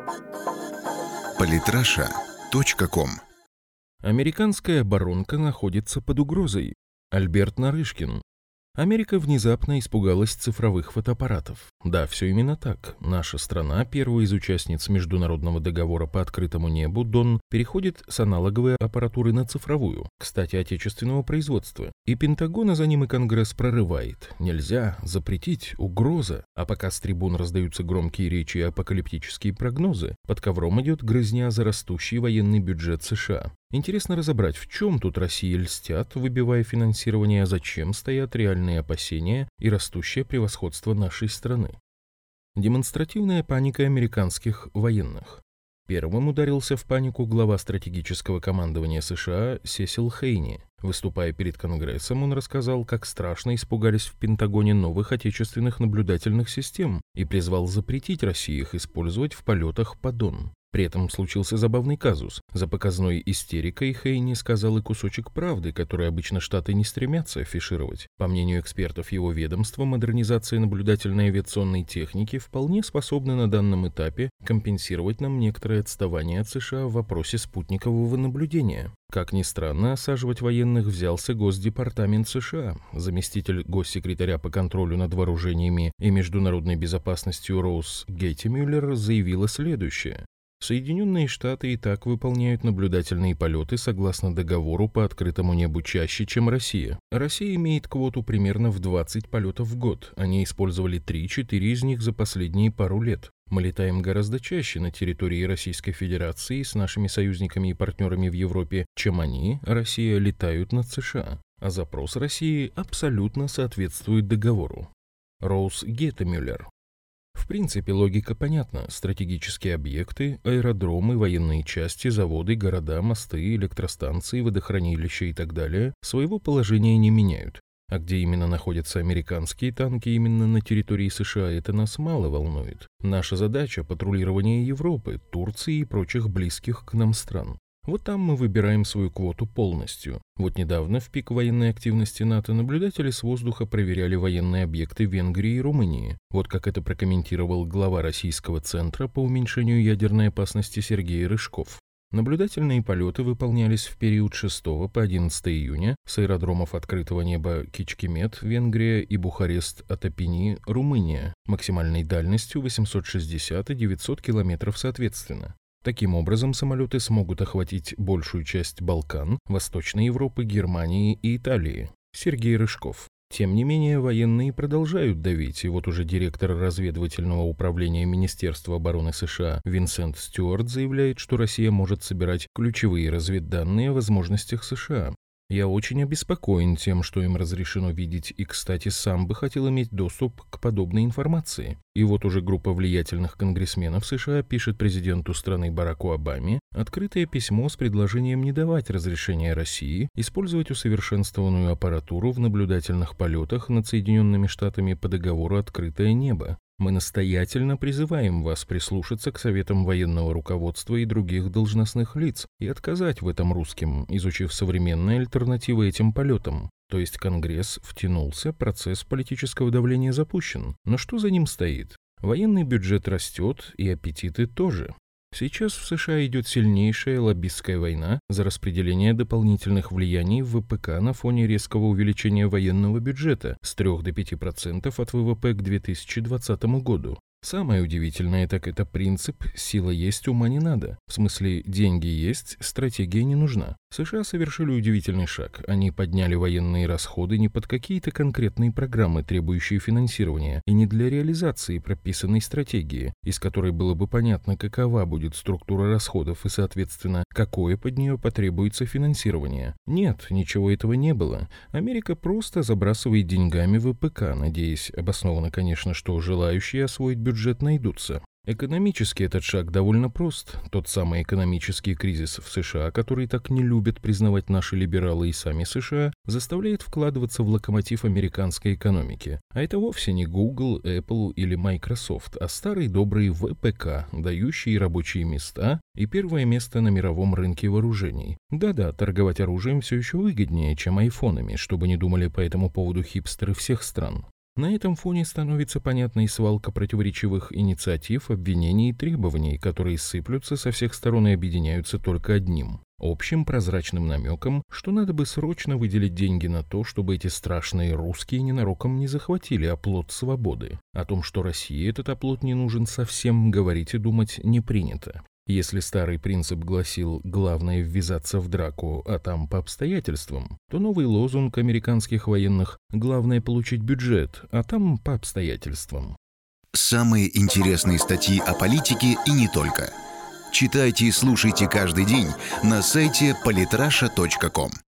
Политраша.ком. Американская оборонка находится под угрозой. Альберт Нарышкин. Америка внезапно испугалась цифровых фотоаппаратов. Да, все именно так. Наша страна, первая из участниц Международного договора по открытому небу, ДОН, переходит с аналоговой аппаратуры на цифровую, кстати, отечественного производства. И Пентагон, а за ним и Конгресс прорывает. Нельзя, запретить, угроза. А пока с трибун раздаются громкие речи и апокалиптические прогнозы, под ковром идет грызня за растущий военный бюджет США. Интересно разобрать, в чем тут России льстят, выбивая финансирование, а зачем стоят реальные опасения и растущее превосходство нашей страны. Демонстративная паника американских военных. Первым ударился в панику глава стратегического командования США Сесил Хейни. Выступая перед Конгрессом, он рассказал, как страшно испугались в Пентагоне новых отечественных наблюдательных систем и призвал запретить России их использовать в полетах по ДОН. При этом случился забавный казус. За показной истерикой Хейни сказал и кусочек правды, который обычно Штаты не стремятся афишировать. По мнению экспертов его ведомства, модернизация наблюдательной авиационной техники вполне способна на данном этапе компенсировать нам некоторое отставание от США в вопросе спутникового наблюдения. Как ни странно, осаживать военных взялся Госдепартамент США. Заместитель госсекретаря по контролю над вооружениями и международной безопасностью Роуз Геттимюллер заявила следующее. Соединенные Штаты и так выполняют наблюдательные полеты согласно договору по открытому небу чаще, чем Россия. Россия имеет квоту примерно в 20 полетов в год. Они использовали 3-4 из них за последние пару лет. Мы летаем гораздо чаще на территории Российской Федерации с нашими союзниками и партнерами в Европе, чем они, Россия, летают над США. А запрос России абсолютно соответствует договору. Роуз Геттимюллер. В принципе, логика понятна. Стратегические объекты, аэродромы, военные части, заводы, города, мосты, электростанции, водохранилища и так далее своего положения не меняют. А где именно находятся американские танки именно на территории США, это нас мало волнует. Наша задача – патрулирование Европы, Турции и прочих близких к нам стран. Вот там мы выбираем свою квоту полностью. Вот недавно, в пик военной активности НАТО, наблюдатели с воздуха проверяли военные объекты Венгрии и Румынии. Вот как это прокомментировал глава Российского центра по уменьшению ядерной опасности Сергей Рыжков. Наблюдательные полеты выполнялись в период 6 по 11 июня с аэродромов открытого неба Кичкемет, Венгрия, и Бухарест-Атапини, Румыния, максимальной дальностью 860 и 900 километров соответственно. Таким образом, самолеты смогут охватить большую часть Балкан, Восточной Европы, Германии и Италии. Сергей Рыжков. Тем не менее, военные продолжают давить, и вот уже директор разведывательного управления Министерства обороны США Винсент Стюарт заявляет, что Россия может собирать ключевые разведданные о возможностях США. Я очень обеспокоен тем, что им разрешено видеть, и, кстати, сам бы хотел иметь доступ к подобной информации. И вот уже группа влиятельных конгрессменов США пишет президенту страны Бараку Обаме открытое письмо с предложением не давать разрешения России использовать усовершенствованную аппаратуру в наблюдательных полетах над Соединенными Штатами по договору «Открытое небо». Мы настоятельно призываем вас прислушаться к советам военного руководства и других должностных лиц и отказать в этом русским, изучив современные альтернативы этим полетам. То есть Конгресс втянулся, процесс политического давления запущен. Но что за ним стоит? Военный бюджет растет, и аппетиты тоже. Сейчас в США идет сильнейшая лоббистская война за распределение дополнительных влияний в ВПК на фоне резкого увеличения военного бюджета с 3 до 5% от ВВП к 2020 году. Самое удивительное так это принцип «сила есть, ума не надо». В смысле, деньги есть, стратегия не нужна. США совершили удивительный шаг. Они подняли военные расходы не под какие-то конкретные программы, требующие финансирования, и не для реализации прописанной стратегии, из которой было бы понятно, какова будет структура расходов и, соответственно, какое под нее потребуется финансирование. Нет, ничего этого не было. Америка просто забрасывает деньгами в ВПК, надеясь, обоснованно, конечно, что желающие освоить бюджет найдутся. Экономически этот шаг довольно прост. Тот самый экономический кризис в США, который так не любят признавать наши либералы и сами США, заставляет вкладываться в локомотив американской экономики. А это вовсе не Google, Apple или Microsoft, а старый добрый ВПК, дающий рабочие места и первое место на мировом рынке вооружений. Да-да, торговать оружием все еще выгоднее, чем айфонами, чтобы не думали по этому поводу хипстеры всех стран. На этом фоне становится понятной свалка противоречивых инициатив, обвинений и требований, которые сыплются со всех сторон и объединяются только одним – общим прозрачным намеком, что надо бы срочно выделить деньги на то, чтобы эти страшные русские ненароком не захватили оплот свободы. О том, что России этот оплот не нужен совсем, говорить и думать не принято. Если старый принцип гласил «главное ввязаться в драку, а там по обстоятельствам», то новый лозунг американских военных «главное получить бюджет, а там по обстоятельствам». Самые интересные статьи о политике и не только. Читайте и слушайте каждый день на сайте polytrasha.com.